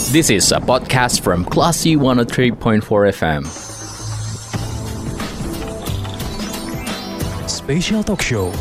This is a podcast from Classy 103.4 FM. Special Talk Show.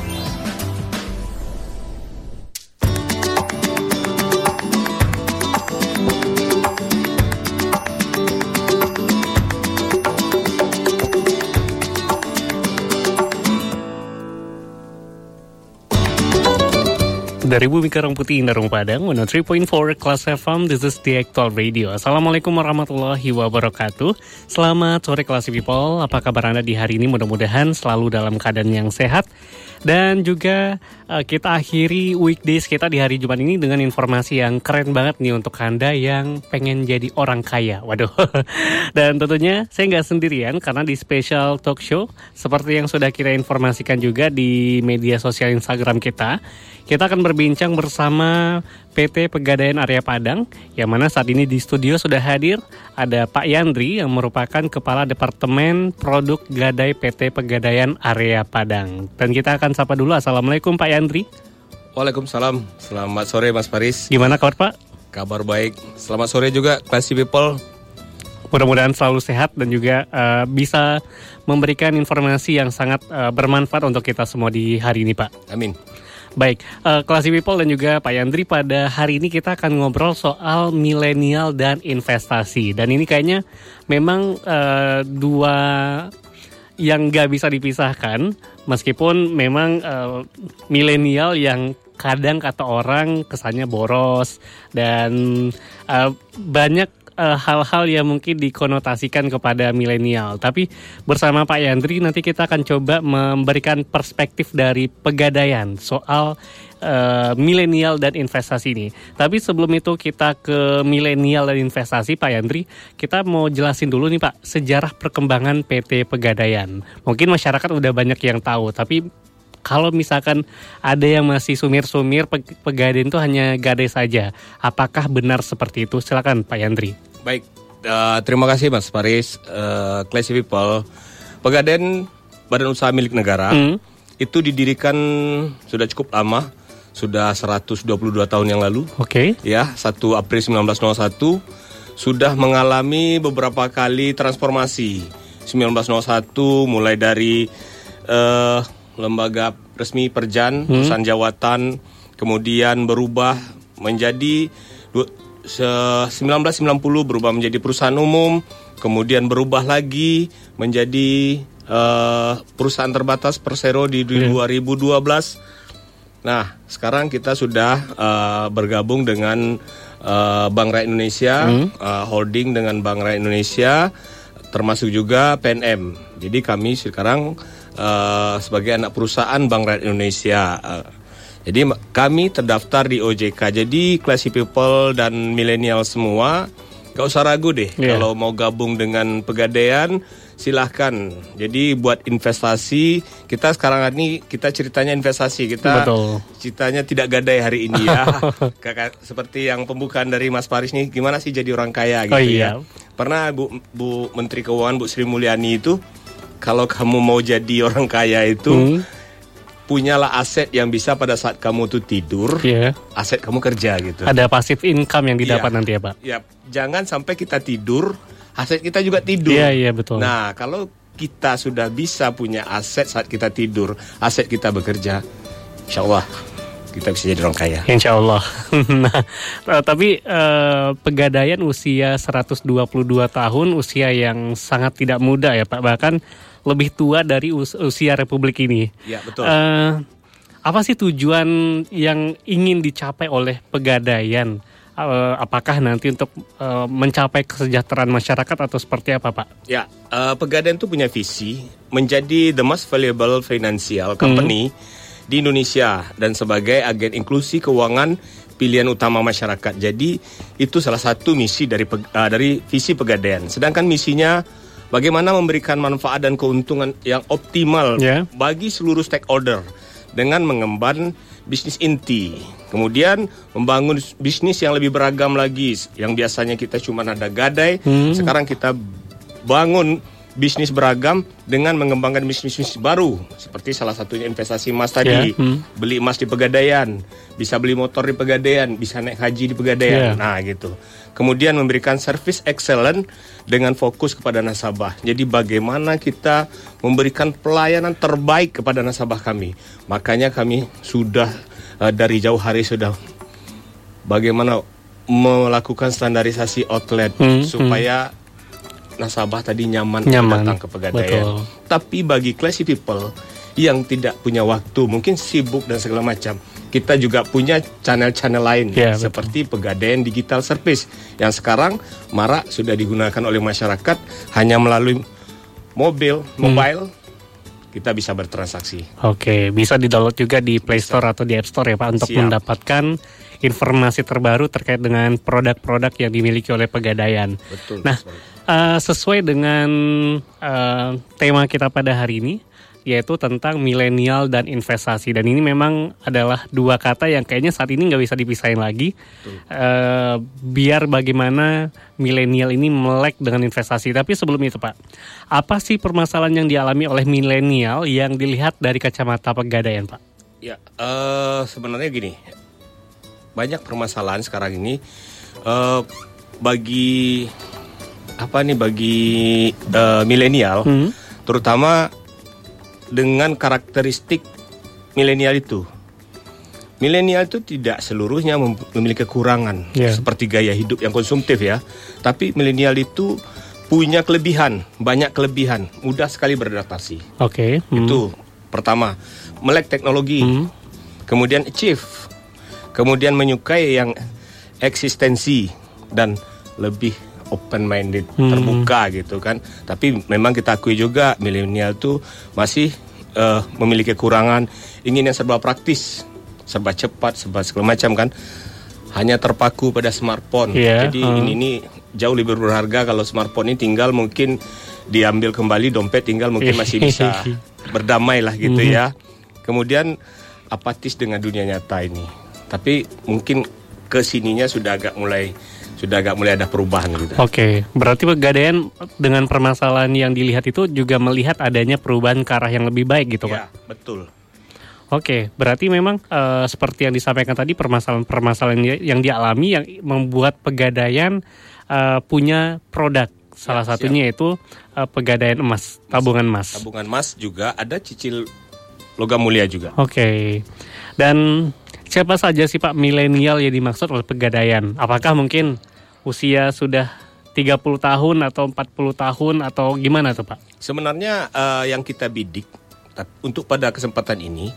Dari Bumi Karang Putih, Darung Padang, 103.4 Kelas FM, this is the Actual Radio. Assalamualaikum warahmatullahi wabarakatuh. Selamat sore Classy People, apa kabar Anda di hari ini? Mudah-mudahan selalu dalam keadaan yang sehat. Dan juga kita akhiri weekdays kita di hari Jumat ini dengan informasi yang keren banget nih untuk Anda yang pengen jadi orang kaya. Waduh. Dan tentunya saya nggak sendirian karena di Special Talk Show, seperti yang sudah kita informasikan juga di media sosial Instagram kita akan berbincang bersama PT Pegadaian Area Padang, yang mana saat ini di studio sudah hadir ada Pak Yandri yang merupakan Kepala Departemen Produk Gadai PT Pegadaian Area Padang. Dan kita akan sapa dulu. Assalamualaikum Pak Yandri. Waalaikumsalam. Selamat sore Mas Paris. Gimana kabar Pak? Kabar baik. Selamat sore juga Classy People. Mudah-mudahan selalu sehat dan juga bisa memberikan informasi yang sangat bermanfaat untuk kita semua di hari ini Pak. Amin. Baik, Classy People dan juga Pak Yandri, pada hari ini kita akan ngobrol soal milenial dan investasi. Dan ini kayaknya memang dua yang gak bisa dipisahkan, meskipun memang milenial yang kadang kata orang kesannya boros dan banyak hal-hal yang mungkin dikonotasikan kepada milenial. Tapi bersama Pak Yandri nanti kita akan coba memberikan perspektif dari Pegadaian soal milenial dan investasi ini. Tapi sebelum itu kita ke milenial dan investasi, Pak Yandri, kita mau jelasin dulu nih Pak, sejarah perkembangan PT Pegadaian. Mungkin masyarakat udah banyak yang tahu, tapi kalau misalkan ada yang masih sumir-sumir, Pegadaian itu hanya gadai saja. Apakah benar seperti itu? Silakan Pak Yandri. Baik, terima kasih Mas Paris. Classy People, Pegadaian Badan Usaha Milik Negara itu didirikan sudah cukup lama, sudah 122 tahun yang lalu. Oke. Ya, 1 April 1901 sudah mengalami beberapa kali transformasi. 1901 mulai dari lembaga resmi Perjan, perusahaan jawatan, kemudian berubah menjadi 1990 berubah menjadi perusahaan umum, kemudian berubah lagi menjadi perusahaan terbatas Persero di 2012. Nah, sekarang kita sudah bergabung dengan Bank Rakyat Indonesia, holding dengan Bank Rakyat Indonesia, termasuk juga PNM. Jadi kami sekarang sebagai anak perusahaan Bank Rakyat Indonesia. Jadi kami terdaftar di OJK. Jadi Classy People dan milenial semua gak usah ragu deh. Kalau mau gabung dengan Pegadaian, silahkan. Jadi buat investasi, kita sekarang ini kita ceritanya investasi. Kita ceritanya tidak gadai hari ini ya. Seperti yang pembukaan dari Mas Paris nih, gimana sih jadi orang kaya gitu ya. Pernah Bu Menteri Keuangan Bu Sri Mulyani itu, kalau kamu mau jadi orang kaya itu punyalah aset yang bisa pada saat kamu tuh tidur, aset kamu kerja gitu. Ada passive income yang didapat nanti ya Pak? Ya, jangan sampai kita tidur, aset kita juga tidur. Iya, betul. Nah, kalau kita sudah bisa punya aset saat kita tidur, aset kita bekerja, insya Allah kita bisa jadi orang kaya. Insya Allah. Nah, tapi Pegadaian usia 122 tahun, usia yang sangat tidak muda ya Pak, bahkan lebih tua dari usia Republik ini. Ya, betul. Apa sih tujuan yang ingin dicapai oleh Pegadaian? Apakah nanti untuk mencapai kesejahteraan masyarakat atau seperti apa Pak? Ya, Pegadaian itu punya visi menjadi the most valuable financial company di Indonesia dan sebagai agen inklusi keuangan pilihan utama masyarakat. Jadi itu salah satu misi dari visi Pegadaian. Sedangkan misinya bagaimana memberikan manfaat dan keuntungan yang optimal bagi seluruh stakeholder dengan mengemban bisnis inti. Kemudian membangun bisnis yang lebih beragam lagi. Yang biasanya kita cuma ada gadai, sekarang kita bangun bisnis beragam dengan mengembangkan bisnis baru seperti salah satunya investasi emas tadi, beli emas di Pegadaian, bisa beli motor di Pegadaian, bisa naik haji di Pegadaian. Nah gitu. Kemudian memberikan service excellent dengan fokus kepada nasabah. Jadi bagaimana kita memberikan pelayanan terbaik kepada nasabah kami. Makanya kami sudah dari jauh hari sudah bagaimana melakukan standarisasi outlet supaya nasabah tadi nyaman datang ke Pegadaian. Betul. Tapi bagi classy people yang tidak punya waktu, mungkin sibuk dan segala macam, kita juga punya channel-channel lain seperti Pegadaian Digital Service yang sekarang marak sudah digunakan oleh masyarakat hanya melalui mobile kita bisa bertransaksi. Oke, bisa di-download juga di Play Store atau di App Store ya Pak untuk mendapatkan informasi terbaru terkait dengan produk-produk yang dimiliki oleh Pegadaian. Betul. Nah, sesuai dengan tema kita pada hari ini, yaitu tentang milenial dan investasi. Dan ini memang adalah dua kata yang kayaknya saat ini nggak bisa dipisahin lagi. Biar bagaimana milenial ini melek dengan investasi. Tapi sebelum itu Pak, apa sih permasalahan yang dialami oleh milenial yang dilihat dari kacamata Pegadaian Pak? Ya, sebenarnya gini, banyak permasalahan sekarang ini bagi milenial, terutama dengan karakteristik milenial itu. Milenial itu tidak seluruhnya memiliki kekurangan seperti gaya hidup yang konsumtif ya. Tapi milenial itu punya kelebihan, banyak kelebihan, mudah sekali beradaptasi. Oke. Itu pertama, melek teknologi. Kemudian achieve. Kemudian menyukai yang eksistensi dan lebih open-minded, terbuka gitu kan. Tapi memang kita akui juga milenial tuh masih memiliki kekurangan, ingin yang serba praktis, serba cepat, serba segala macam kan. Hanya terpaku pada smartphone. Jadi ini jauh lebih berharga kalau smartphone ini tinggal mungkin diambil kembali, dompet tinggal mungkin masih bisa berdamai lah gitu ya. Kemudian apatis dengan dunia nyata ini. Tapi mungkin kesininya sudah agak mulai ada perubahan gitu. Oke, berarti Pegadaian dengan permasalahan yang dilihat itu juga melihat adanya perubahan ke arah yang lebih baik gitu Pak? Ya, betul. Oke, berarti memang seperti yang disampaikan tadi permasalahan yang dialami yang membuat Pegadaian punya produk. Salah satunya itu Pegadaian emas, tabungan emas. Tabungan emas juga ada cicil logam mulia juga. Oke, dan siapa saja sih Pak milenial yang dimaksud oleh Pegadaian? Apakah mungkin usia sudah 30 tahun atau 40 tahun atau gimana tuh Pak? Sebenarnya yang kita bidik untuk pada kesempatan ini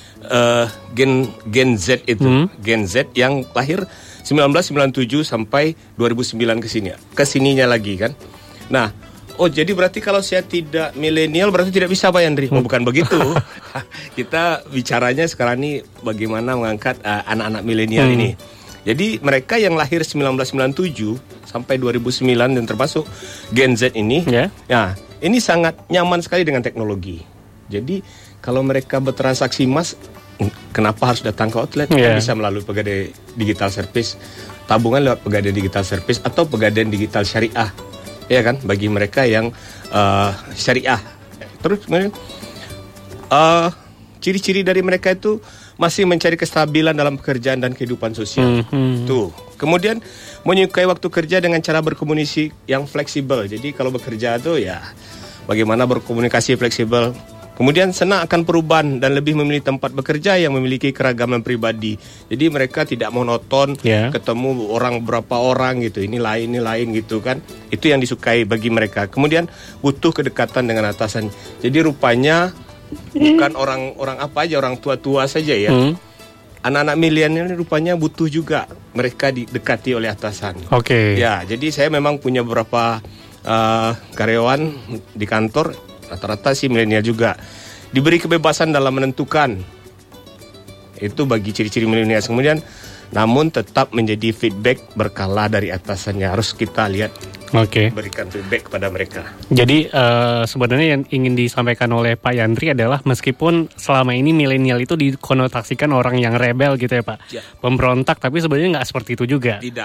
Gen Z itu, Gen Z yang lahir 1997 sampai 2009 kesininya lagi kan. Nah, jadi berarti kalau saya tidak milenial berarti tidak bisa Pak Yandri? Bukan begitu. Kita bicaranya sekarang ini bagaimana mengangkat anak-anak milenial ini. Jadi mereka yang lahir 1997 sampai 2009 dan termasuk Gen Z ini, ya ini sangat nyaman sekali dengan teknologi. Jadi kalau mereka bertransaksi emas, kenapa harus datang ke outlet? Bisa melalui Pegadaian Digital Service, tabungan lewat Pegadaian Digital Service atau Pegadaian Digital Syariah. Ya kan, bagi mereka yang syariah. Terus kemudian ciri-ciri dari mereka itu masih mencari kestabilan dalam pekerjaan dan kehidupan sosial. Tuh. Kemudian menyukai waktu kerja dengan cara berkomunikasi yang fleksibel. Jadi kalau bekerja tuh ya bagaimana berkomunikasi fleksibel. Kemudian senang akan perubahan dan lebih memilih tempat bekerja yang memiliki keragaman pribadi. Jadi mereka tidak monoton, ketemu orang berapa orang gitu, ini lain gitu kan. Itu yang disukai bagi mereka. Kemudian butuh kedekatan dengan atasan. Jadi rupanya bukan orang apa aja, orang tua-tua saja ya. Anak-anak milenial ini rupanya butuh juga mereka didekati oleh atasan. Ya, jadi saya memang punya beberapa karyawan di kantor, rata-rata sih milenial juga. Diberi kebebasan dalam menentukan. Itu bagi ciri-ciri milenial. Kemudian namun tetap menjadi feedback berkala dari atasannya. Harus kita lihat, berikan feedback kepada mereka. Jadi sebenarnya yang ingin disampaikan oleh Pak Yandri adalah meskipun selama ini milenial itu dikonotasikan orang yang rebel gitu ya Pak, pemberontak, tapi sebenarnya nggak seperti itu juga. Tidak.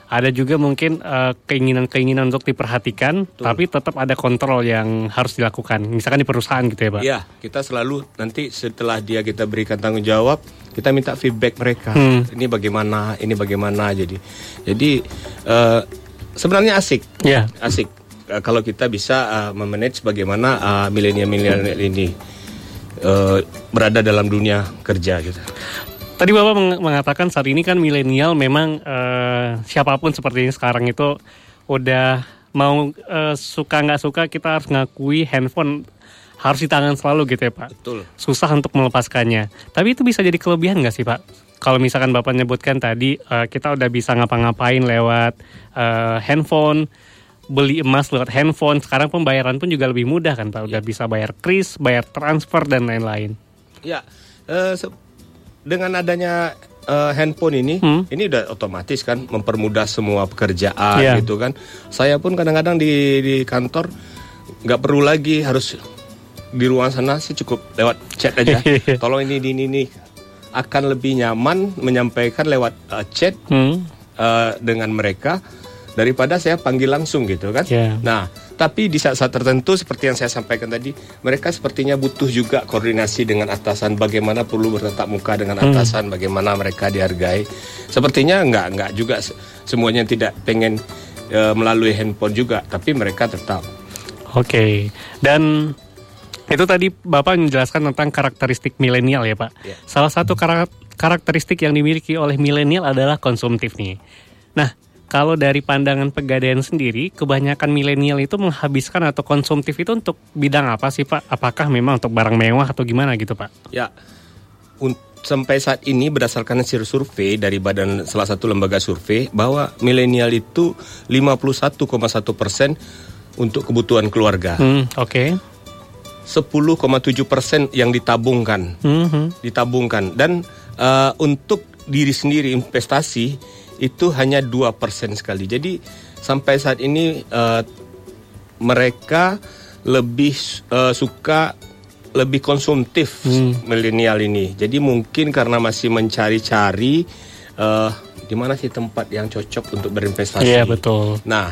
Ada juga mungkin keinginan-keinginan untuk diperhatikan, tapi tetap ada kontrol yang harus dilakukan. Misalkan di perusahaan gitu ya Pak? Iya, kita selalu nanti setelah kita berikan tanggung jawab, kita minta feedback mereka. Ini bagaimana. Jadi sebenarnya asik. Yeah. Asik. Kalau kita bisa memanage bagaimana milenial ini berada dalam dunia kerja gitu. Tadi Bapak mengatakan saat ini kan milenial memang siapapun seperti ini sekarang itu udah mau suka nggak suka kita harus ngakui handphone harus di tangan selalu gitu ya Pak. Betul. Susah untuk melepaskannya. Tapi itu bisa jadi kelebihan nggak sih Pak? Kalau misalkan Bapak nyebutkan tadi kita udah bisa ngapa-ngapain lewat handphone, beli emas lewat handphone, sekarang pembayaran pun juga lebih mudah kan Pak? Udah bisa bayar kris, bayar transfer dan lain-lain. Ya, dengan adanya handphone ini udah otomatis kan mempermudah semua pekerjaan gitu kan. Saya pun kadang-kadang di kantor nggak perlu lagi harus di ruang sana, sih cukup lewat chat aja. Tolong ini akan lebih nyaman menyampaikan lewat chat dengan mereka daripada saya panggil langsung gitu kan. Nah, tapi di saat-saat tertentu seperti yang saya sampaikan tadi, mereka sepertinya butuh juga koordinasi dengan atasan, bagaimana perlu bertatap muka dengan atasan, bagaimana mereka dihargai. Sepertinya enggak juga semuanya tidak pengen melalui handphone juga, tapi mereka tetap. Oke. Dan itu tadi Bapak menjelaskan tentang karakteristik milenial ya Pak. Salah satu karakteristik yang dimiliki oleh milenial adalah konsumtif nih. Nah, kalau dari pandangan Pegadaian sendiri, kebanyakan milenial itu menghabiskan atau konsumtif itu untuk bidang apa sih Pak? Apakah memang untuk barang mewah atau gimana gitu Pak? Ya, sampai saat ini berdasarkan hasil survei dari salah satu lembaga survei, bahwa milenial itu 51,1% untuk kebutuhan keluarga. Oke. 10,7% yang ditabungkan. Dan untuk diri sendiri investasi itu hanya 2% sekali. Jadi sampai saat ini mereka lebih suka lebih konsumtif milenial ini. Jadi mungkin karena masih mencari-cari di mana sih tempat yang cocok untuk berinvestasi. Iya betul. Nah,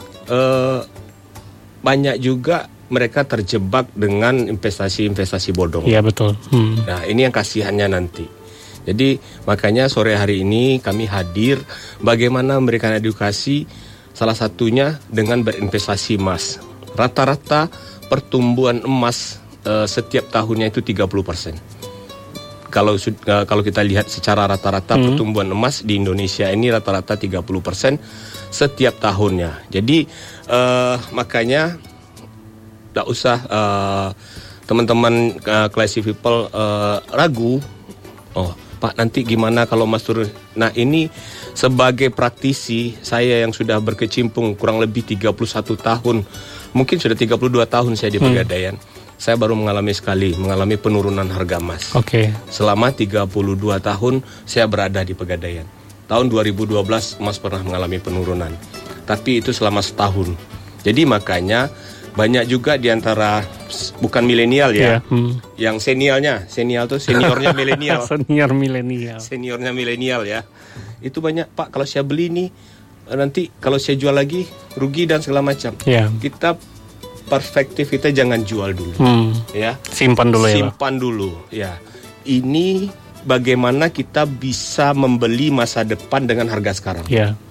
banyak juga mereka terjebak dengan investasi bodong. Iya betul. Nah, ini yang kasihannya nanti. Jadi makanya sore hari ini kami hadir bagaimana memberikan edukasi, salah satunya dengan berinvestasi emas. Rata-rata pertumbuhan emas setiap tahunnya itu 30%. Kalau kita lihat secara rata-rata pertumbuhan emas di Indonesia ini rata-rata 30% setiap tahunnya. Jadi makanya tak usah teman-teman classy people ragu. Oh, Pak, nanti gimana kalau Mas turun? Nah, ini sebagai praktisi, saya yang sudah berkecimpung kurang lebih 31 tahun, mungkin sudah 32 tahun saya di Pegadaian. Saya baru mengalami penurunan harga emas. Selama 32 tahun saya berada di Pegadaian. Tahun 2012 emas pernah mengalami penurunan. Tapi itu selama setahun. Jadi makanya banyak juga di antara bukan milenial ya, yang seniornya milenial. Seniornya milenial ya. Itu banyak, Pak, kalau saya beli nih nanti kalau saya jual lagi rugi dan segala macam. Kita perspektif kita jangan jual dulu. Ya. Simpan dulu ya. Ini bagaimana kita bisa membeli masa depan dengan harga sekarang.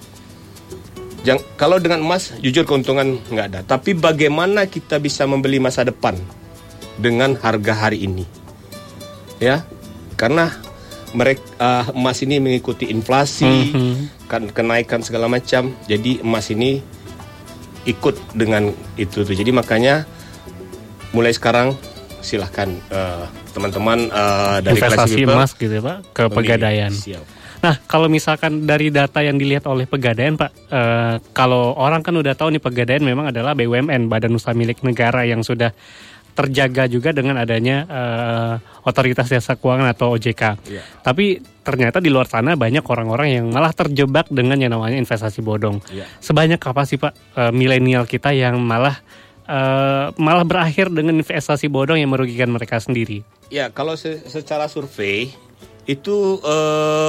Kalau dengan emas, jujur keuntungan nggak ada. Tapi bagaimana kita bisa membeli masa depan dengan harga hari ini, ya? Karena emas ini mengikuti inflasi, kenaikan segala macam. Jadi emas ini ikut dengan itu tuh. Jadi makanya mulai sekarang silahkan teman-teman dari investasi emas gitu ya Pak ke Pegadaian. Nah, kalau misalkan dari data yang dilihat oleh Pegadaian, Pak, kalau orang kan udah tahu nih Pegadaian memang adalah BUMN, Badan Usaha Milik Negara yang sudah terjaga juga dengan adanya Otoritas Jasa Keuangan atau OJK. Tapi ternyata di luar sana banyak orang-orang yang malah terjebak dengan yang namanya investasi bodong. Sebanyak apa sih Pak milenial kita yang malah berakhir dengan investasi bodong yang merugikan mereka sendiri? Ya, kalau secara survei itu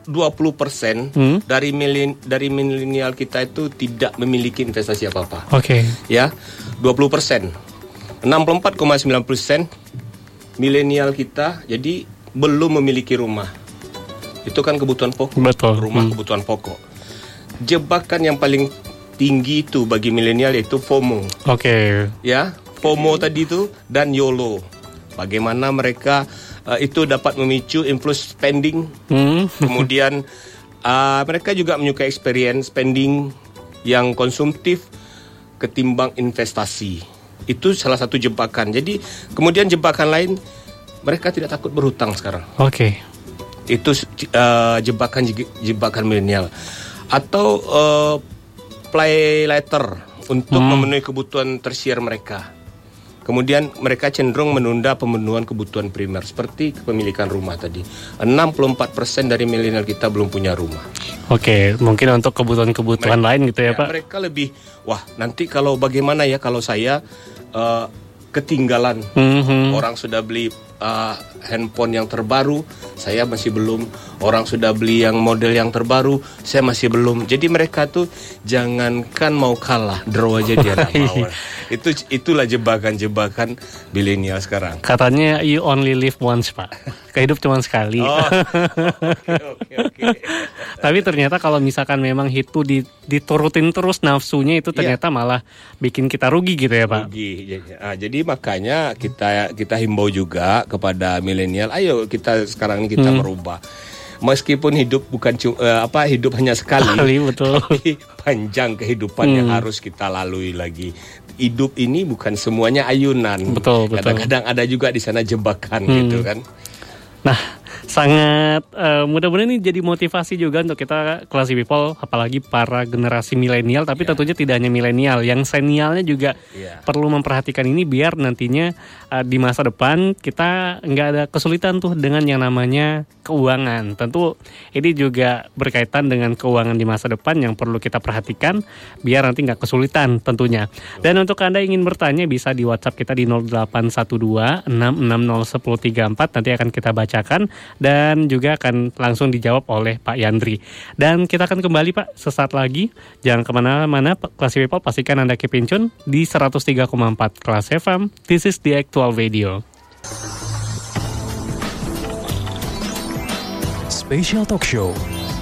20% dari milenial kita itu tidak memiliki investasi apa-apa. Oke. Ya, 20%. 64,9% milenial kita jadi belum memiliki rumah. Itu kan kebutuhan pokok. Betul. Rumah kebutuhan pokok. Jebakan yang paling tinggi itu bagi milenial yaitu FOMO. Oke. Ya, FOMO tadi itu dan YOLO. Bagaimana mereka itu dapat memicu influx spending. Kemudian mereka juga menyukai experience spending yang konsumtif ketimbang investasi. Itu salah satu jebakan. Jadi kemudian jebakan lain, mereka tidak takut berhutang sekarang. Oke. Itu jebakan milenial. Atau play later untuk memenuhi kebutuhan tersier mereka. Kemudian mereka cenderung menunda pemenuhan kebutuhan primer seperti kepemilikan rumah tadi. 64% dari milenial kita belum punya rumah. Oke, mungkin untuk kebutuhan lain gitu ya, Pak. Mereka lebih, nanti kalau bagaimana ya kalau saya ketinggalan. Orang sudah beli handphone yang terbaru, saya masih belum. Orang sudah beli yang model yang terbaru, saya masih belum. Jadi mereka tuh jangankan mau kalah, draw aja dia nggak mau. Itulah jebakan milenial sekarang. Katanya you only live once, Pak. Kehidup cuma sekali. Oke. Tapi ternyata kalau misalkan memang itu diturutin terus nafsunya itu ternyata malah bikin kita rugi gitu ya, Pak. Rugi. Jadi makanya kita himbau juga kepada milenial, ayo kita sekarang ini kita merubah. Meskipun hidup bukan hidup hanya sekali, betul. Tapi panjang kehidupan yang harus kita lalui lagi. Hidup ini bukan semuanya ayunan. Betul. Kadang-kadang ada juga di sana jebakan gitu kan. Nah, sangat mudah-mudahan ini jadi motivasi juga untuk kita Classy People, apalagi para generasi milenial, tapi tentunya tidak hanya milenial, yang senialnya juga perlu memperhatikan ini biar nantinya di masa depan kita nggak ada kesulitan tuh dengan yang namanya keuangan. Tentu ini juga berkaitan dengan keuangan di masa depan yang perlu kita perhatikan biar nanti nggak kesulitan tentunya. Dan untuk Anda ingin bertanya bisa di WhatsApp kita di 0812 660 1034, nanti akan kita bacakan dan juga akan langsung dijawab oleh Pak Yandri. Dan kita akan kembali Pak sesaat lagi. Jangan kemana-mana, Classy People, pastikan Anda keep in tune di 103,4 Kelas FM. This is the actual radio. Special Talk Show.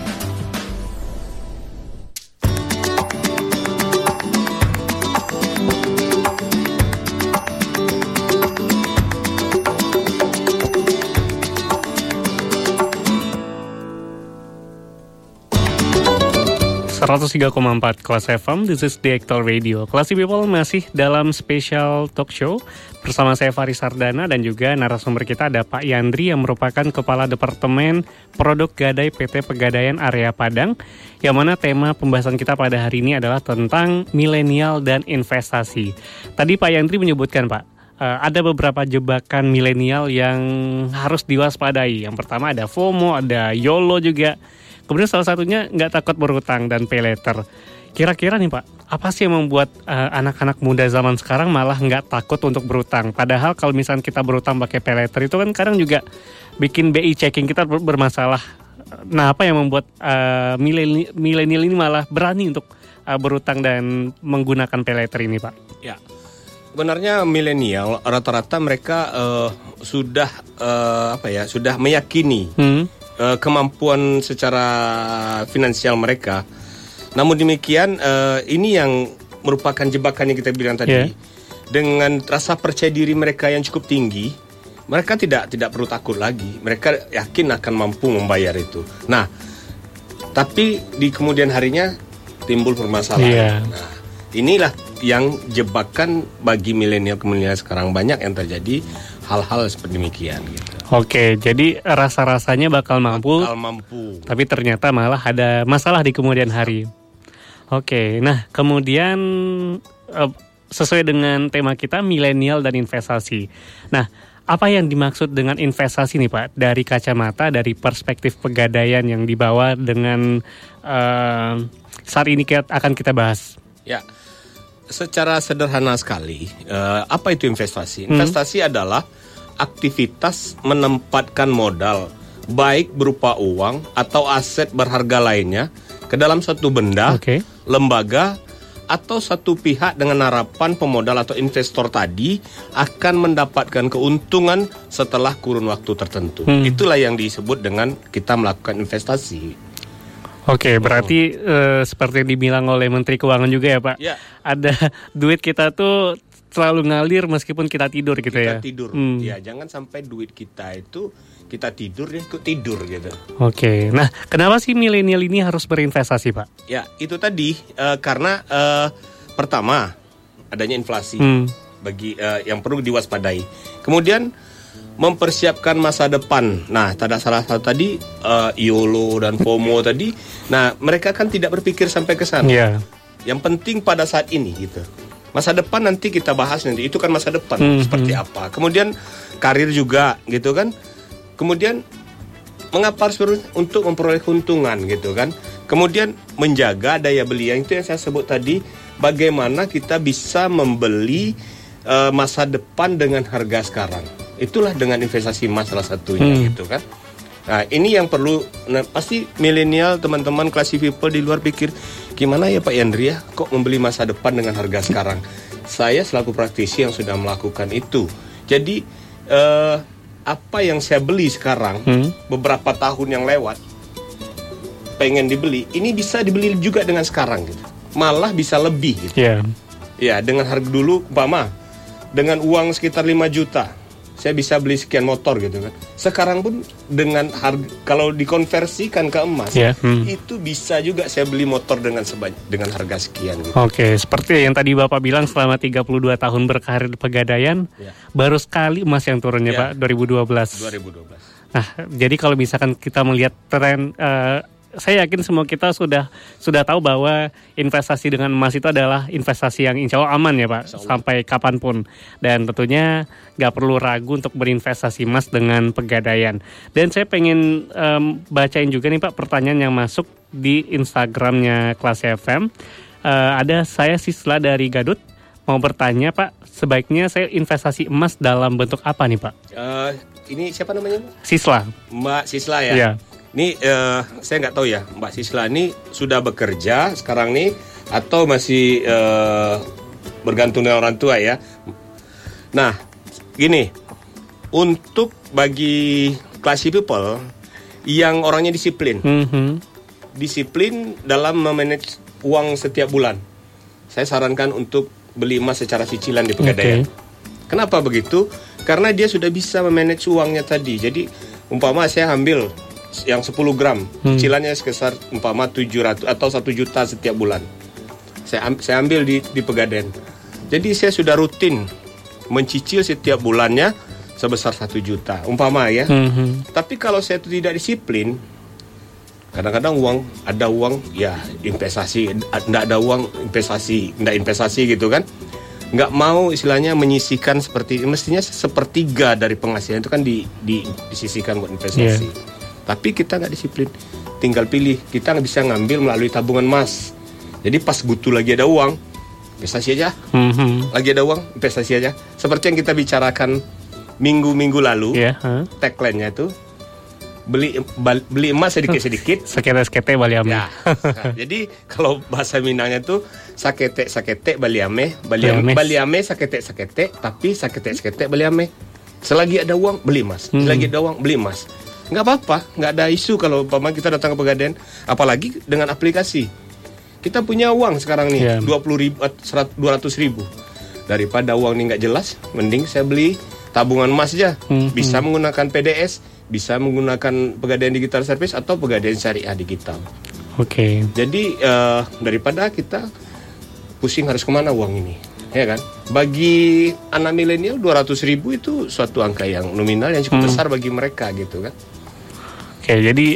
.4 Kelas FM, this is the actual radio. Classy People masih dalam special talk show bersama saya Faris Sardana dan juga narasumber kita ada Pak Yandri yang merupakan Kepala Departemen Produk Gadai PT Pegadaian Area Padang, yang mana tema pembahasan kita pada hari ini adalah tentang milenial dan investasi. Tadi Pak Yandri menyebutkan Pak, ada beberapa jebakan milenial yang harus diwaspadai. Yang pertama ada FOMO, ada YOLO juga. Kemudian salah satunya nggak takut berhutang dan pay later. Kira-kira nih Pak, apa sih yang membuat anak-anak muda zaman sekarang malah nggak takut untuk berhutang? Padahal kalau misalnya kita berhutang pakai pay later itu kan kadang juga bikin BI checking kita bermasalah. Nah, apa yang membuat milenial ini malah berani untuk berhutang dan menggunakan pay later ini Pak? Ya, sebenarnya milenial rata-rata mereka sudah meyakini kemampuan secara finansial mereka. Namun demikian ini yang merupakan jebakan yang kita bilang tadi. Dengan rasa percaya diri mereka yang cukup tinggi, mereka tidak perlu takut lagi. Mereka yakin akan mampu membayar itu. Nah, tapi di kemudian harinya timbul permasalahan. Nah, inilah yang jebakan bagi milenial sekarang, banyak yang terjadi hal-hal seperti demikian gitu. Oke, jadi rasa-rasanya bakal mampu, tapi ternyata malah ada masalah di kemudian hari. Oke, nah kemudian sesuai dengan tema kita milenial dan investasi. Nah, apa yang dimaksud dengan investasi nih Pak? Dari kacamata, dari perspektif Pegadaian yang dibawa dengan saat ini akan kita bahas. Ya, secara sederhana sekali, apa itu investasi? Investasi adalah aktivitas menempatkan modal baik berupa uang atau aset berharga lainnya ke dalam suatu benda, lembaga, atau satu pihak dengan harapan pemodal atau investor tadi akan mendapatkan keuntungan setelah kurun waktu tertentu. Itulah yang disebut dengan kita melakukan investasi. Oke, berarti seperti yang dibilang oleh Menteri Keuangan juga ya Pak, ada duit kita tuh selalu ngalir meskipun kita tidur gitu ya. Kita tidur, ya jangan sampai duit kita itu kita tidur dia ikut tidur gitu. Oke, nah kenapa sih milenial ini harus berinvestasi Pak? Ya itu tadi karena pertama adanya inflasi bagi yang perlu diwaspadai. Kemudian mempersiapkan masa depan. Nah, salah satu tadi YOLO dan FOMO tadi. Nah, mereka kan tidak berpikir sampai ke sana. Yeah. Yang penting pada saat ini gitu. Masa depan nanti kita bahas nanti. Itu kan masa depan seperti apa. Kemudian karir juga gitu kan. Kemudian mengapa harus untuk memperoleh keuntungan gitu kan. Kemudian menjaga daya beli. Yang itu yang saya sebut tadi. Bagaimana kita bisa membeli masa depan dengan harga sekarang. Itulah dengan investasi emas salah satunya gitu kan. Nah ini yang perlu, pasti milenial teman-teman classy people di luar pikir, gimana ya Pak Yandri ya, kok membeli masa depan dengan harga sekarang. Saya selaku praktisi yang sudah melakukan itu. Jadi apa yang saya beli sekarang beberapa tahun yang lewat pengen dibeli, ini bisa dibeli juga dengan sekarang gitu. Malah bisa lebih gitu. Ya dengan harga dulu umpama dengan uang sekitar 5 juta saya bisa beli sekian motor gitu kan. Sekarang pun dengan harga, kalau dikonversikan ke emas itu bisa juga saya beli motor dengan harga sekian gitu. Oke, seperti yang tadi Bapak bilang selama 32 tahun berkarir di Pegadaian, baru sekali emas yang turunnya Pak 2012. Nah, jadi kalau misalkan kita melihat tren saya yakin semua kita sudah tahu bahwa investasi dengan emas itu adalah investasi yang insya Allah aman ya Pak, sampai kapanpun. Dan tentunya nggak perlu ragu untuk berinvestasi emas dengan Pegadaian. Dan saya pengen bacain juga nih Pak pertanyaan yang masuk di Instagramnya Classy FM. Ada saya Sisla dari Gadut mau bertanya Pak, sebaiknya saya investasi emas dalam bentuk apa nih Pak? Ini siapa namanya? Sisla. Mbak Sisla ya? Iya. Ini saya nggak tahu ya Mbak Sisla ini sudah bekerja sekarang nih atau masih bergantung dengan orang tua ya. Nah gini, untuk bagi classy people yang orangnya disiplin, disiplin dalam memanage uang setiap bulan, saya sarankan untuk beli emas secara cicilan di Pegadaian. Kenapa begitu? Karena dia sudah bisa memanage uangnya tadi. Jadi umpama saya ambil yang 10 gram, cicilannya sekitar umpama 700 atau 1 juta setiap bulan. Saya ambil di Pegadaian. Jadi saya sudah rutin mencicil setiap bulannya sebesar 1 juta umpama ya. Tapi kalau saya tidak disiplin, kadang-kadang ada uang ya investasi, enggak ada uang enggak investasi gitu kan. Nggak mau istilahnya menyisihkan mestinya sepertiga dari penghasilan itu kan disisihkan buat investasi. Tapi kita nggak disiplin, tinggal pilih. Kita nggak bisa ngambil melalui tabungan emas. Jadi pas butuh lagi ada uang, investasi aja. Lagi ada uang, investasi aja. Seperti yang kita bicarakan minggu-minggu lalu, tagline-nya itu beli emas sedikit-sedikit. Sakete baliame. Ya. Nah, jadi kalau bahasa Minangnya itu sakete baliame sakete, tapi sakete baliame. Selagi ada uang beli emas, selagi ada uang beli emas. Nggak apa-apa, nggak ada isu kalau umpama kita datang ke Pegadaian, apalagi dengan aplikasi. Kita punya uang sekarang nih, 200 ribu. Daripada uang ini nggak jelas, mending saya beli tabungan emas aja. Bisa menggunakan PDS, bisa menggunakan Pegadaian Digital Service atau Pegadaian Syariah Digital. Jadi daripada kita pusing harus kemana uang ini, ya kan? Bagi anak milenial 200 ribu itu suatu angka yang nominal yang cukup besar bagi mereka gitu kan. Jadi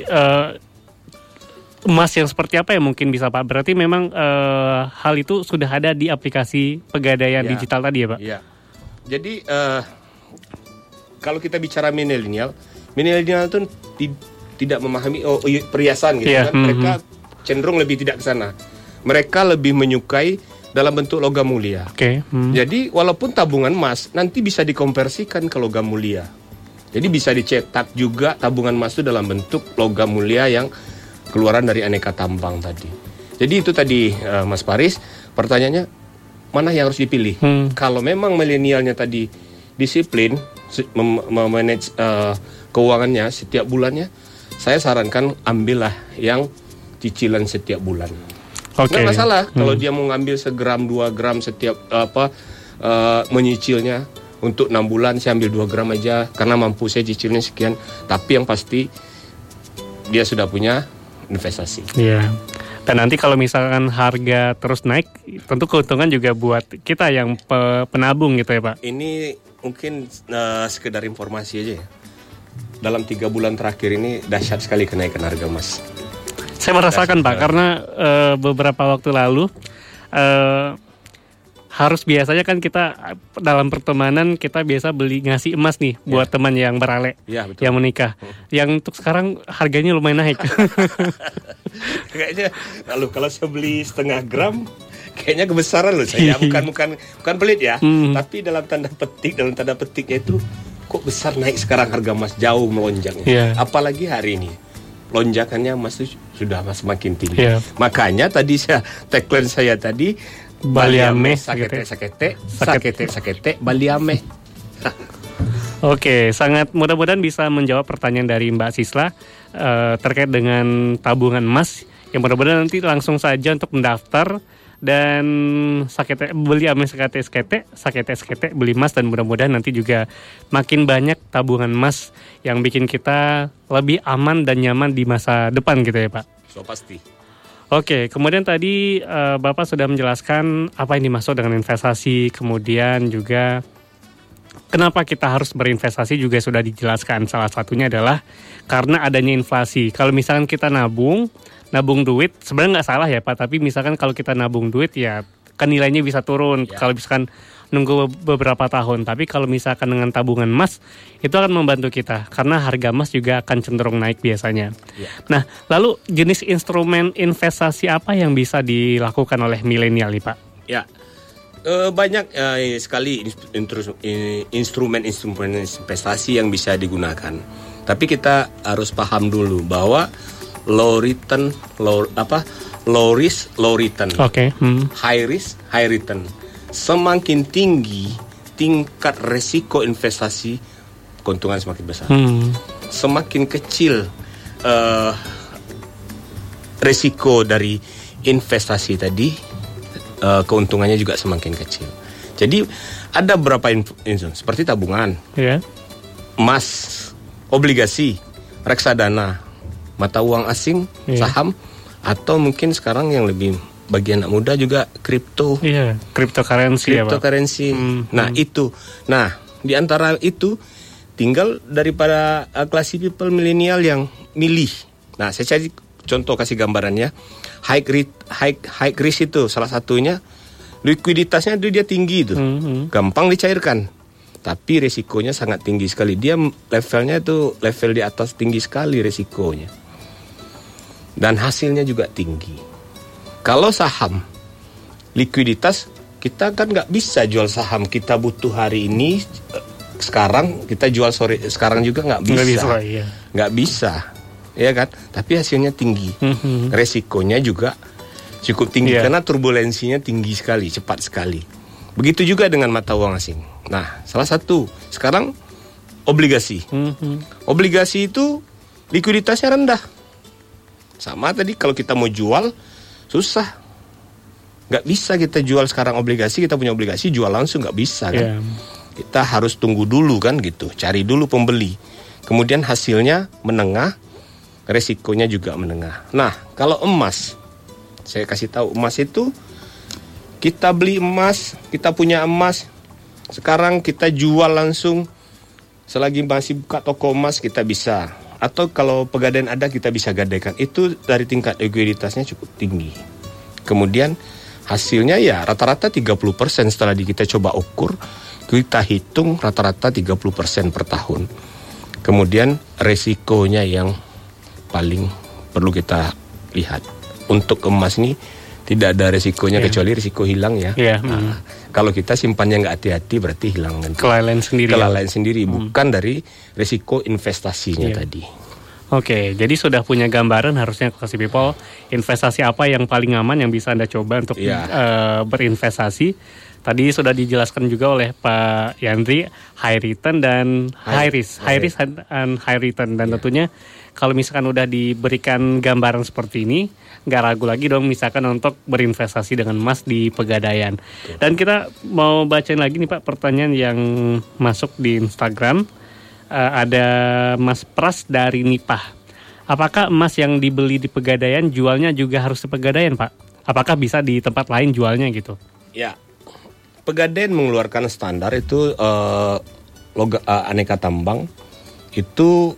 emas yang seperti apa yang mungkin bisa Pak? Berarti memang hal itu sudah ada di aplikasi Pegadaian digital tadi ya Pak? Iya. Jadi kalau kita bicara milenial itu tidak memahami perhiasan gitu kan. Mereka cenderung lebih tidak ke sana. Mereka lebih menyukai dalam bentuk logam mulia. Jadi walaupun tabungan emas nanti bisa dikonversikan ke logam mulia. Jadi bisa dicetak juga tabungan emas itu dalam bentuk logam mulia yang keluaran dari aneka tambang tadi. Jadi itu tadi Mas Paris, pertanyaannya mana yang harus dipilih? Kalau memang milenialnya tadi disiplin memanage keuangannya setiap bulannya, saya sarankan ambillah yang cicilan setiap bulan. Nggak masalah kalau dia mau ngambil segram 2 gram setiap menyicilnya untuk 6 bulan, saya ambil 2 gram aja karena mampu saya cicilnya sekian. Tapi yang pasti dia sudah punya investasi. Iya. Dan nanti kalau misalkan harga terus naik, tentu keuntungan juga buat kita yang penabung gitu ya Pak. Ini mungkin sekedar informasi aja ya. Dalam 3 bulan terakhir ini dahsyat sekali kenaikan harga emas. Saya merasakan Pak, karena beberapa waktu lalu harus biasanya kan kita dalam pertemanan kita biasa ngasih emas nih buat teman yang berale, yang menikah. Yang untuk sekarang harganya lumayan naik. Kayaknya lalu kalau saya beli setengah gram kayaknya kebesaran loh saya. Bukan pelit ya, tapi dalam tanda petiknya itu kok besar naik sekarang harga emas jauh melonjaknya. Apalagi hari ini lonjakannya emas itu sudah semakin tinggi. Makanya tadi tagline saya tadi Baliame sakete Baliame. Oke, sangat mudah-mudahan bisa menjawab pertanyaan dari Mbak Sisla terkait dengan tabungan emas. Yang mudah-mudahan nanti langsung saja untuk mendaftar dan Baliame sakete beli emas, dan mudah-mudahan nanti juga makin banyak tabungan emas yang bikin kita lebih aman dan nyaman di masa depan gitu ya Pak. So pasti. Oke, kemudian tadi Bapak sudah menjelaskan apa yang dimaksud dengan investasi, kemudian juga kenapa kita harus berinvestasi juga sudah dijelaskan. Salah satunya adalah karena adanya inflasi. Kalau misalkan kita nabung duit, sebenarnya nggak salah ya Pak, tapi misalkan kalau kita nabung duit ya kan nilainya bisa turun kalau misalkan nunggu beberapa tahun. Tapi kalau misalkan dengan tabungan emas, itu akan membantu kita karena harga emas juga akan cenderung naik biasanya. Nah, lalu jenis instrumen investasi apa yang bisa dilakukan oleh milenial nih Pak? Ya, banyak sekali instrumen investasi yang bisa digunakan. Tapi kita harus paham dulu bahwa low risk, low return. High risk, high return. Semakin tinggi tingkat resiko investasi, keuntungan semakin besar. Semakin kecil resiko dari investasi tadi, keuntungannya juga semakin kecil. Jadi ada beberapa instrumen seperti tabungan, emas, obligasi, reksadana, mata uang asing, saham, atau mungkin sekarang yang lebih bagi anak muda juga kripto. Cryptocurrency ya Pak. Nah itu. Nah di antara itu tinggal daripada classy people milenial yang milih. Nah saya cari contoh, kasih gambarannya. High risk itu salah satunya, likuiditasnya itu dia tinggi itu, gampang dicairkan. Tapi resikonya sangat tinggi sekali. Dia levelnya itu level di atas, tinggi sekali resikonya. Dan hasilnya juga tinggi. Kalau saham, likuiditas, kita kan nggak bisa jual saham kita butuh hari ini, sekarang kita jual sore, sekarang juga nggak bisa, ya kan? Tapi hasilnya tinggi, resikonya juga cukup tinggi karena turbulensinya tinggi sekali, cepat sekali. Begitu juga dengan mata uang asing. Nah, salah satu sekarang obligasi. Obligasi itu likuiditasnya rendah. Sama tadi kalau kita mau jual susah, nggak bisa kita jual sekarang obligasi, kita punya obligasi jual langsung nggak bisa kan. Kita harus tunggu dulu kan gitu, cari dulu pembeli. Kemudian hasilnya menengah, resikonya juga menengah. Nah kalau emas, saya kasih tahu, emas itu kita beli emas, kita punya emas, sekarang kita jual langsung, selagi masih buka toko emas kita bisa. Atau kalau pegadaian ada kita bisa gadaikan. Itu dari tingkat likuiditasnya cukup tinggi. Kemudian hasilnya ya rata-rata 30% setelah kita coba ukur, kita hitung rata-rata 30% per tahun. Kemudian resikonya yang paling perlu kita lihat. Untuk emas ini Tidak ada resikonya kecuali risiko hilang ya. Iya. Kalau kita simpannya nggak hati-hati berarti hilang nanti. Kelalaian sendiri. Kelalaian sendiri, bukan dari risiko investasinya tadi. Oke, jadi sudah punya gambaran harusnya Classy People investasi apa yang paling aman yang bisa Anda coba untuk berinvestasi. Tadi sudah dijelaskan juga oleh Pak Yandri, high return dan high risk dan high return. Dan tentunya kalau misalkan udah diberikan gambaran seperti ini, nggak ragu lagi dong misalkan untuk berinvestasi dengan emas di Pegadaian. Dan kita mau bacain lagi nih Pak pertanyaan yang masuk di Instagram. Ada Mas Pras dari Nipah. Apakah emas yang dibeli di Pegadaian jualnya juga harus di Pegadaian Pak? Apakah bisa di tempat lain jualnya gitu? Ya. Pegadaian mengeluarkan standar itu aneka tambang itu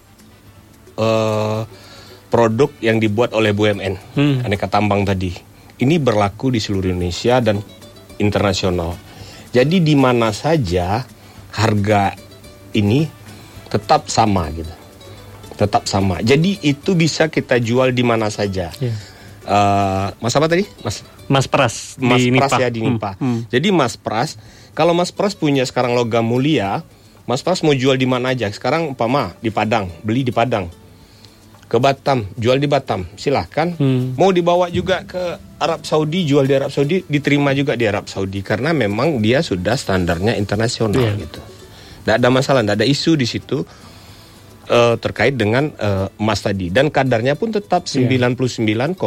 produk yang dibuat oleh BUMN, aneka tambang tadi. Ini berlaku di seluruh Indonesia dan internasional. Jadi di mana saja harga ini tetap sama gitu, tetap sama. Jadi itu bisa kita jual di mana saja. Mas apa tadi? Mas Pras di Nipah. Ya di Nipah. Jadi Mas Pras, kalau Mas Pras punya sekarang logam mulia, Mas Pras mau jual di mana aja. Sekarang umpama di Padang, beli di Padang. Ke Batam, jual di Batam, silahkan. Mau dibawa juga ke Arab Saudi, jual di Arab Saudi, diterima juga di Arab Saudi karena memang dia sudah standarnya internasional gitu. Tidak ada masalah, tidak ada isu di situ terkait dengan emas tadi. Dan kadarnya pun tetap 99,99%.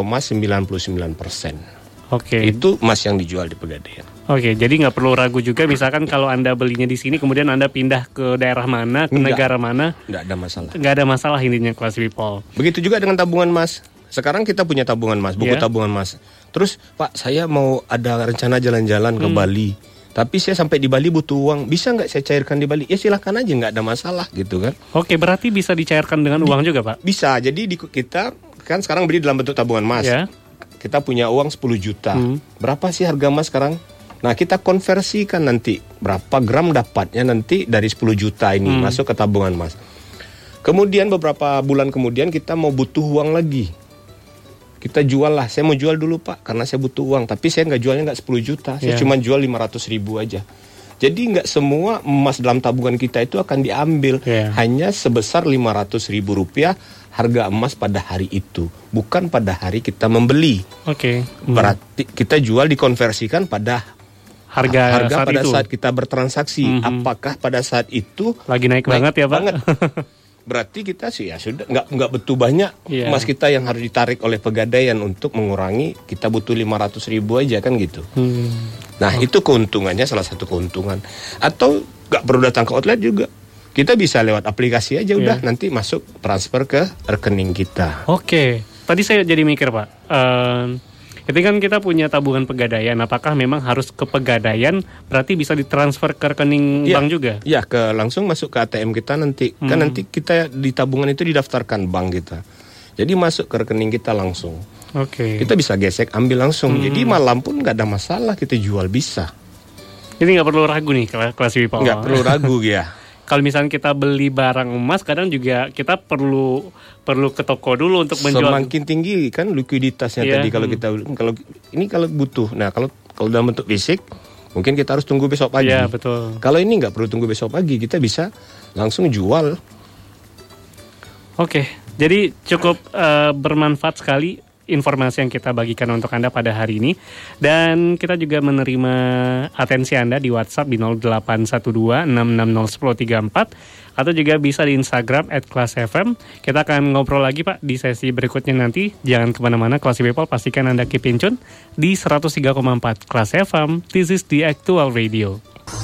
Oke. Itu emas yang dijual di Pegadaian. Oke, jadi nggak perlu ragu juga misalkan kalau Anda belinya di sini kemudian Anda pindah ke daerah mana, ke negara mana. Nggak ada masalah. Nggak ada masalah intinya Classy People. Begitu juga dengan tabungan emas. Sekarang kita punya tabungan emas, buku tabungan emas. Terus Pak, saya mau ada rencana jalan-jalan ke Bali. Tapi saya sampai di Bali butuh uang, bisa nggak saya cairkan di Bali? Ya silahkan aja, nggak ada masalah gitu kan. Oke, berarti bisa dicairkan dengan uang juga Pak? Bisa, jadi kita kan sekarang beli dalam bentuk tabungan emas. Kita punya uang 10 juta. Berapa sih harga emas sekarang? Nah kita konversikan nanti, berapa gram dapatnya nanti dari 10 juta ini masuk ke tabungan emas. Kemudian beberapa bulan kemudian kita mau butuh uang lagi. Kita jual lah, saya mau jual dulu Pak, karena saya butuh uang. Tapi saya nggak jualnya nggak 10 juta, saya cuma jual 500.000 aja. Jadi nggak semua emas dalam tabungan kita itu akan diambil. Hanya sebesar 500.000 rupiah harga emas pada hari itu. Bukan pada hari kita membeli. Berarti kita jual dikonversikan pada harga saat pada itu. Saat kita bertransaksi. Apakah pada saat itu lagi naik banget ya Pak? Banget. Berarti kita sih ya sudah nggak betul banyak emas kita yang harus ditarik oleh Pegadaian untuk mengurangi, kita butuh 500.000 aja kan gitu. Nah itu keuntungannya, salah satu keuntungan. Atau nggak perlu datang ke outlet juga, kita bisa lewat aplikasi aja udah nanti masuk transfer ke rekening kita. Oke, tadi saya jadi mikir Pak. Itu kan kita punya tabungan Pegadaian, apakah memang harus ke Pegadaian berarti bisa ditransfer ke rekening bank juga? Iya, langsung masuk ke ATM kita nanti. Kan nanti kita di tabungan itu didaftarkan bank kita. Jadi masuk ke rekening kita langsung. Kita bisa gesek, ambil langsung. Jadi malam pun nggak ada masalah, kita jual bisa. Jadi nggak perlu ragu nih Classy People. Nggak perlu ragu ya. Kalau misalnya kita beli barang emas, kadang juga kita perlu ke toko dulu untuk menjual. Semakin tinggi kan likuiditasnya tadi kalau kita kalau butuh. Nah kalau dalam bentuk fisik mungkin kita harus tunggu besok pagi. Iya betul. Kalau ini nggak perlu tunggu besok pagi, kita bisa langsung jual. Oke, jadi cukup bermanfaat sekali informasi yang kita bagikan untuk Anda pada hari ini. Dan kita juga menerima atensi Anda di WhatsApp di 0812-660-1034 atau juga bisa di Instagram @classfm. Kita akan ngobrol lagi Pak di sesi berikutnya nanti. Jangan kemana-mana, Classy People, pastikan Anda keep in tune di 103,4 Class FM. This is the Actual Radio.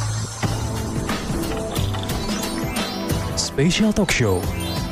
Special Talk Show.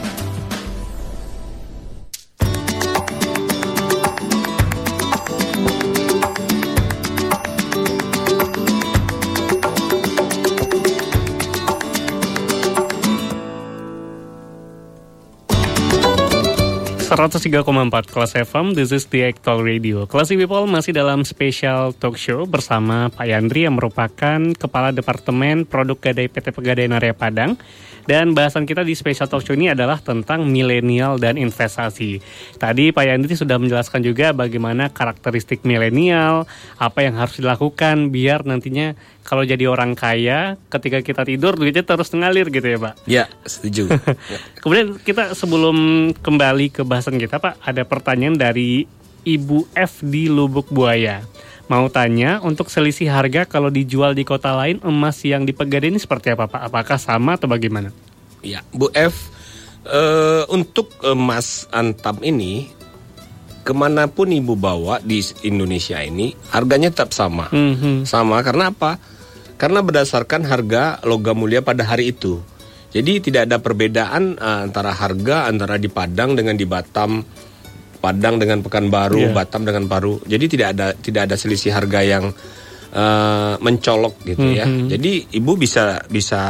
Kelas 3,4 FM, this is the Actual Radio. Classy People masih dalam special talk show bersama Pak Yandri yang merupakan Kepala Departemen Produk Gadai PT Pegadaian Area Padang. Dan bahasan kita di Special Talk Show ini adalah tentang milenial dan investasi. Tadi Pak Yandri sudah menjelaskan juga bagaimana karakteristik milenial, apa yang harus dilakukan biar nantinya kalau jadi orang kaya, ketika kita tidur duitnya terus ngalir gitu ya Pak. Ya, setuju. Kemudian kita sebelum kembali ke bahasan kita Pak, ada pertanyaan dari Ibu F di Lubuk Buaya. Mau tanya, untuk selisih harga kalau dijual di kota lain, emas yang di Pegadaian ini seperti apa Pak? Apakah sama atau bagaimana? Ya, Bu F, untuk emas Antam ini, kemanapun Ibu bawa di Indonesia ini, harganya tetap sama. Sama, karena apa? Karena berdasarkan harga logam mulia pada hari itu. Jadi tidak ada perbedaan antara harga antara di Padang dengan di Batam, Padang dengan Pekanbaru, Batam dengan Paru. Jadi tidak ada selisih harga yang mencolok gitu ya. Jadi Ibu bisa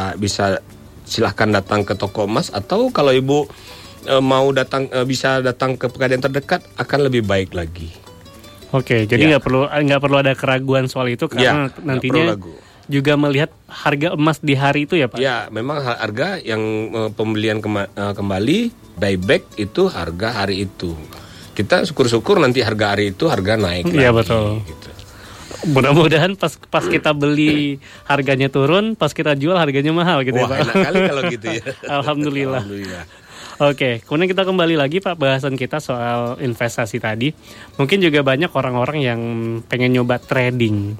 silahkan datang ke toko emas, atau kalau Ibu mau datang bisa datang ke Pegadaian terdekat akan lebih baik lagi. Oke, jadi nggak perlu ada keraguan soal itu karena nantinya juga melihat harga emas di hari itu ya Pak? Ya, memang harga yang pembelian kembali buyback itu harga hari itu. Kita syukur-syukur nanti harga hari itu harga naik lagi. Iya betul. Gitu. Mudah-mudahan pas kita beli harganya turun, pas kita jual harganya mahal gitu. Wah, ya Pak. Enak kali kalau gitu ya. Alhamdulillah. Oke, kemudian kita kembali lagi Pak bahasan kita soal investasi tadi. Mungkin juga banyak orang-orang yang pengen nyoba trading.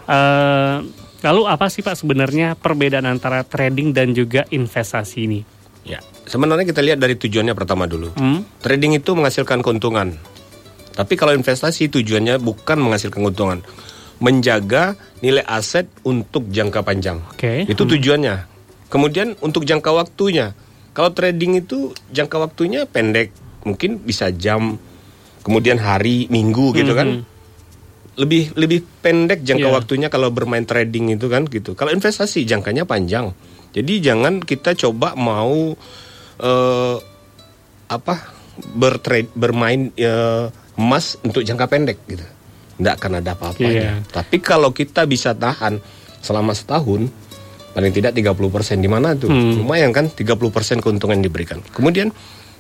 Lalu apa sih Pak sebenarnya perbedaan antara trading dan juga investasi ini? Ya, sebenarnya kita lihat dari tujuannya pertama dulu. Trading itu menghasilkan keuntungan. Tapi kalau investasi tujuannya bukan menghasilkan keuntungan, menjaga nilai aset untuk jangka panjang. Itu tujuannya. Kemudian untuk jangka waktunya. Kalau trading itu jangka waktunya pendek, mungkin bisa jam, kemudian hari, minggu gitu kan. Lebih pendek jangka waktunya kalau bermain trading itu kan gitu. Kalau investasi jangkanya panjang. Jadi jangan kita coba mau bermain emas untuk jangka pendek gitu. Nggak akan ada apa-apanya. Tapi kalau kita bisa tahan selama setahun, paling tidak 30%, di mana tuh? Lumayan kan 30% keuntungan diberikan. Kemudian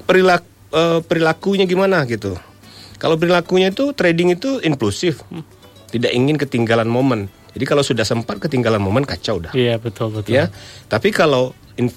perilakunya gimana gitu. Kalau perilakunya itu trading itu inklusif. Tidak ingin ketinggalan momen. Jadi kalau sudah sempat ketinggalan momen kacau dah. Iya betul. Ya, tapi kalau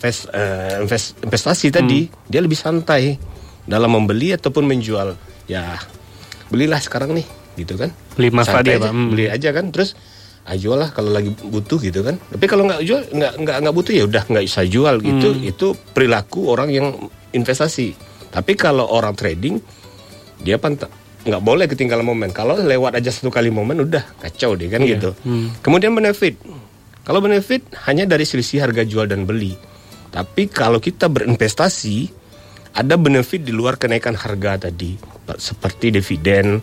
investasi tadi dia lebih santai dalam membeli ataupun menjual. Ya, belilah sekarang nih, gitu kan? Beli emas tadi ya Pak. Beli aja kan, terus jual lah kalau lagi butuh gitu kan. Tapi kalau nggak jual, nggak butuh ya udah nggak bisa jual gitu. Itu perilaku orang yang investasi. Tapi kalau orang trading, dia nggak boleh ketinggalan momen. Kalau lewat aja satu kali momen udah kacau deh kan gitu. Kemudian benefit. Kalau benefit hanya dari selisih harga jual dan beli. Tapi kalau kita berinvestasi, ada benefit di luar kenaikan harga tadi, seperti dividen,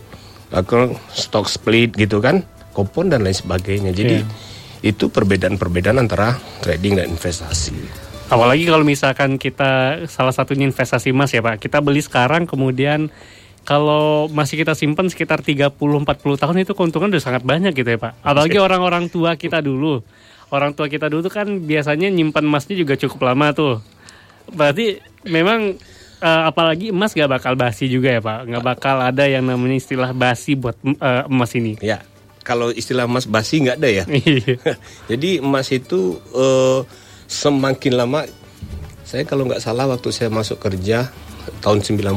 stock split gitu kan, kupon dan lain sebagainya. Jadi itu perbedaan-perbedaan antara trading dan investasi. Apalagi kalau misalkan kita salah satunya investasi emas ya Pak. Kita beli sekarang kemudian kalau masih kita simpan sekitar 30-40 tahun itu keuntungan udah sangat banyak gitu ya Pak. Apalagi orang-orang tua kita dulu. Orang tua kita dulu kan biasanya nyimpan emasnya juga cukup lama tuh. Berarti memang apalagi emas gak bakal basi juga ya Pak. Gak bakal ada yang namanya istilah basi buat emas ini. Ya, kalau istilah emas basi gak ada ya. Jadi emas itu semakin lama. Saya kalau gak salah waktu saya masuk kerja tahun 91,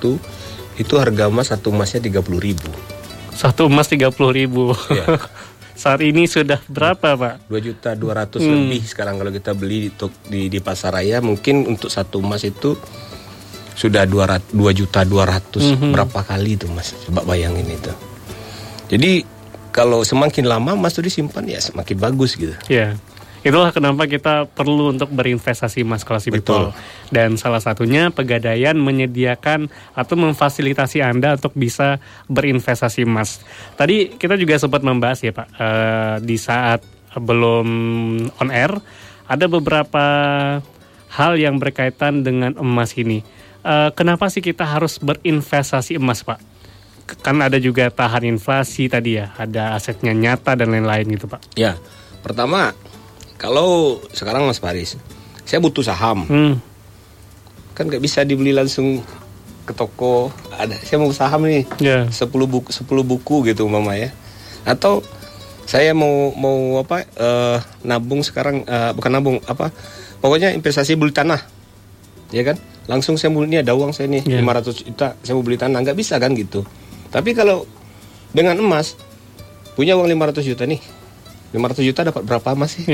itu harga emas satu emasnya 30.000. Satu emas 30.000. Ya. Saat ini sudah berapa Pak? 2.200.000 lebih sekarang kalau kita beli di pasar raya. Mungkin untuk satu emas itu sudah 2.200.000. Berapa kali itu Mas? Coba bayangin itu. Jadi kalau semakin lama emas itu disimpan ya semakin bagus gitu. Iya. Itulah kenapa kita perlu untuk berinvestasi emas Classy People. Dan salah satunya Pegadaian menyediakan atau memfasilitasi Anda untuk bisa berinvestasi emas. Tadi kita juga sempat membahas ya Pak, di saat belum on air, ada beberapa hal yang berkaitan dengan emas ini. Kenapa sih kita harus berinvestasi emas Pak? Kan ada juga tahan inflasi tadi ya, ada asetnya nyata dan lain-lain gitu Pak. Ya, pertama, kalau sekarang Mas Paris, saya butuh saham. Kan nggak bisa dibeli langsung ke toko. Saya mau saham nih, 10 buku gitu mama ya. Atau saya mau nabung sekarang, bukan nabung pokoknya investasi beli tanah, ya kan? Langsung saya ini ada uang saya nih 500 juta, saya mau beli tanah, nggak bisa kan gitu. Tapi kalau dengan emas, punya uang 500 juta nih, 500 juta dapat berapa emas sih?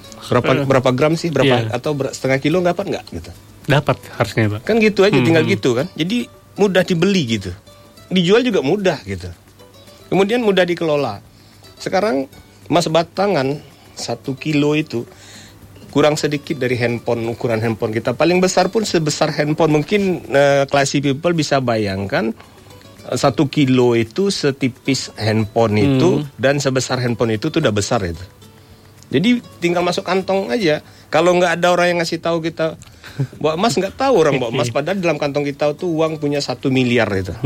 Berapa gram sih? Atau setengah kilo dapat nggak gitu? Dapat harusnya Pak. Kan gitu aja, tinggal gitu kan. Jadi mudah dibeli gitu, dijual juga mudah gitu. Kemudian mudah dikelola. Sekarang emas batangan 1 kilo itu kurang sedikit dari ukuran handphone kita. Paling besar pun sebesar handphone. Mungkin classy people bisa bayangkan 1 kilo itu setipis handphone itu dan sebesar handphone itu tuh udah besar itu. Jadi tinggal masuk kantong aja. Kalau nggak ada orang yang ngasih tahu kita bawa emas, nggak tahu orang bawa emas. Padahal dalam kantong kita tuh uang punya 1 miliar itu.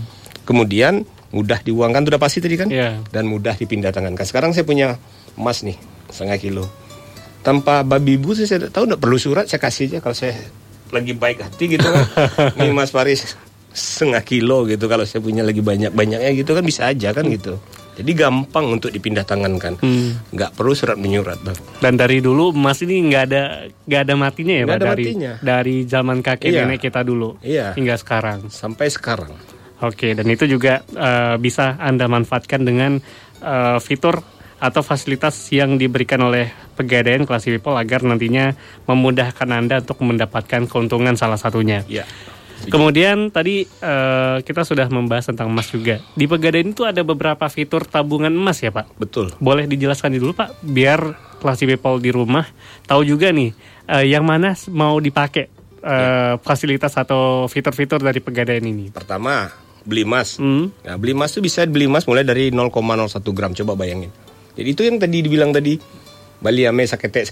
Kemudian mudah diuangkan, sudah pasti tadi kan? Dan mudah dipindah tangankan. Sekarang saya punya emas nih, 0,5 kilo. Tanpa babi ibu saya tahu nggak perlu surat, saya kasih aja kalau saya lagi baik hati gitu kan. Nih Mas Faris 0,5 kilo gitu, kalau saya punya lagi banyak-banyaknya gitu kan bisa aja kan gitu. Jadi gampang untuk dipindah tangankan, nggak perlu surat menyurat Bang. Dan dari dulu emas ini nggak ada matinya ya Pak? Dari zaman kakek nenek kita dulu hingga sekarang. Sampai sekarang. Oke, dan itu juga bisa Anda manfaatkan dengan fitur atau fasilitas yang diberikan oleh Pegadaian Classy People agar nantinya memudahkan Anda untuk mendapatkan keuntungan salah satunya. Kemudian tadi kita sudah membahas tentang emas juga. Di Pegadaian itu ada beberapa fitur tabungan emas ya Pak? Betul. Boleh dijelaskan dulu Pak, biar Classy People di rumah tahu juga nih yang mana mau dipakai fasilitas atau fitur-fitur dari Pegadaian ini. Pertama, beli emas. Nah, beli emas itu bisa beli emas mulai dari 0,01 gram. Coba bayangin. Jadi itu yang tadi dibilang tadi, Bali ame sakete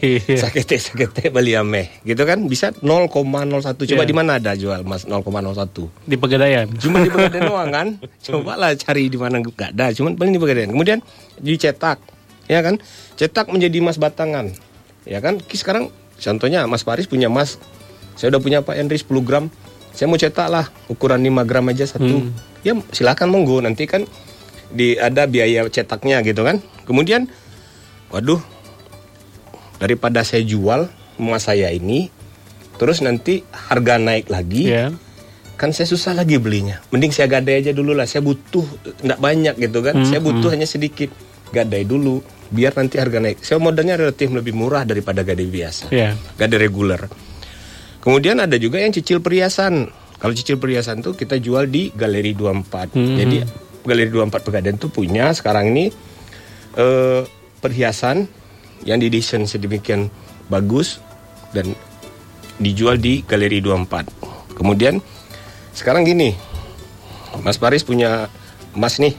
Bali ame, gitu kan? Bisa 0,01. Coba di mana ada jual emas 0,01? Di Pegadaian. Cuma di Pegadaian doang kan? Cobalah cari di mana nggak ada. Cuma paling di Pegadaian. Kemudian dicetak, ya kan? Cetak menjadi emas batangan, ya kan? Sekarang contohnya Mas Faris punya emas. Saya udah punya Pak Henry 10 gram. Saya mau cetak lah ukuran 5 gram aja satu. Ya silakan monggo, nanti kan ada biaya cetaknya gitu kan. Kemudian waduh, daripada saya jual emas saya ini terus nanti harga naik lagi, kan saya susah lagi belinya. Mending saya gadai aja dulu lah. Saya butuh enggak banyak gitu kan. Saya butuh hanya sedikit. Gadai dulu biar nanti harga naik. Saya modalnya relatif lebih murah daripada gadai biasa. Gadai reguler. Kemudian ada juga yang cicil perhiasan. Kalau cicil perhiasan tuh kita jual di Galeri 24. Jadi Galeri 24 Pegadaian tuh punya sekarang ini perhiasan yang didesain sedemikian bagus dan dijual di Galeri 24. Kemudian sekarang gini, Mas Faris punya emas nih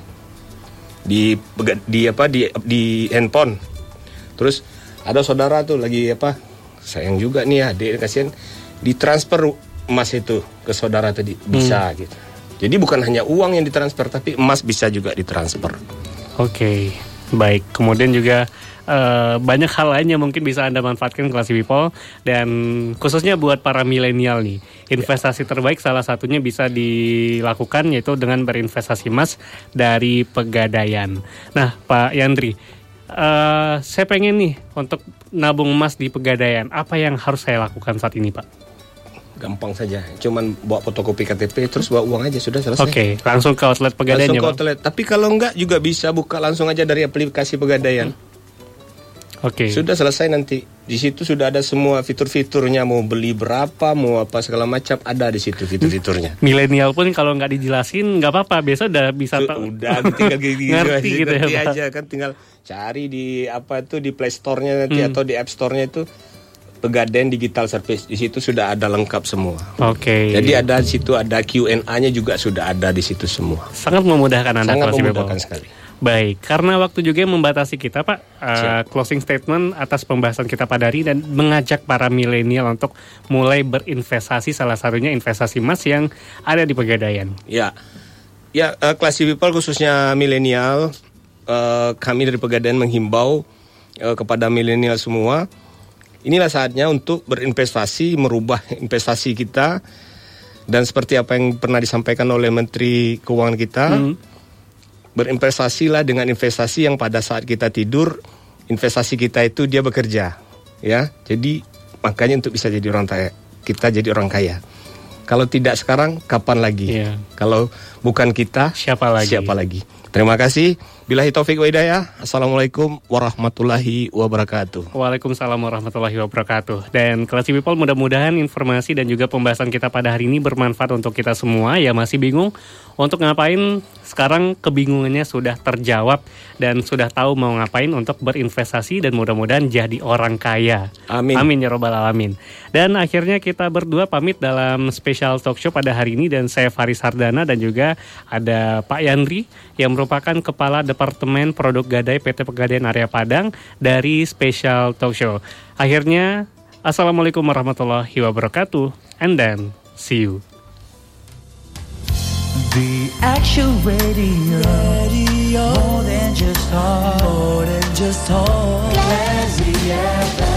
di handphone. Terus ada saudara tuh lagi sayang juga nih ya, adik kasihan, ditransfer emas itu ke saudara tadi, bisa gitu. Jadi bukan hanya uang yang ditransfer, tapi emas bisa juga ditransfer. Oke, baik. Kemudian juga banyak hal lain yang mungkin bisa Anda manfaatkan Classy People, dan khususnya buat para milenial nih, investasi terbaik salah satunya bisa dilakukan yaitu dengan berinvestasi emas dari Pegadaian. Nah Pak Yandri, saya pengen nih untuk nabung emas di Pegadaian, apa yang harus saya lakukan saat ini Pak? Gampang saja, cuman bawa fotokopi KTP terus bawa uang aja, sudah selesai. Oke, langsung ke outlet Pegadaian ya Pak? Tapi kalau enggak juga bisa buka langsung aja dari aplikasi Pegadaian. Sudah selesai nanti. Di situ sudah ada semua fitur-fiturnya, mau beli berapa, mau apa segala macam ada di situ fitur-fiturnya. Milenial pun kalau nggak dijelasin nggak apa-apa, biasa udah bisa udah tinggal ngerti gitu ya Pak. Aja kan, tinggal cari di di Play Store-nya nanti atau di App Store-nya itu Pegadaian Digital Service. Di situ sudah ada lengkap semua. Jadi ada di situ ada Q&A-nya juga sudah ada di situ semua. Sangat memudahkan Anda. Sangat memudahkan sekali. Baik, karena waktu juga yang membatasi kita Pak, closing statement atas pembahasan kita pada hari dan mengajak para milenial untuk mulai berinvestasi, salah satunya investasi emas yang ada di Pegadaian. Classy People khususnya milenial, kami dari Pegadaian menghimbau kepada milenial semua inilah saatnya untuk berinvestasi, merubah investasi kita. Dan seperti apa yang pernah disampaikan oleh Menteri Keuangan kita, berinvestasilah dengan investasi yang pada saat kita tidur, investasi kita itu dia bekerja, ya. Jadi makanya untuk bisa jadi orang kaya, kita jadi orang kaya. Kalau tidak sekarang, kapan lagi? Iya. Kalau bukan kita, Siapa lagi? Terima kasih. Billahi taufik wa hidayah. Assalamualaikum warahmatullahi wabarakatuh. Waalaikumsalam warahmatullahi wabarakatuh. Dan Classy People, mudah-mudahan informasi dan juga pembahasan kita pada hari ini bermanfaat untuk kita semua. Ya masih bingung untuk ngapain, sekarang kebingungannya sudah terjawab dan sudah tahu mau ngapain untuk berinvestasi dan mudah-mudahan jadi orang kaya. Amin. Amin ya robbal alamin. Dan akhirnya kita berdua pamit dalam special talk show pada hari ini, dan saya Faris Hardana dan juga ada Pak Yandri yang merupakan Kepala Departemen Produk Gadai PT Pegadaian Area Padang dari special talk show. Akhirnya, Assalamualaikum warahmatullahi wabarakatuh, and then see you. The Action Radio, more than just talk, Classy FM.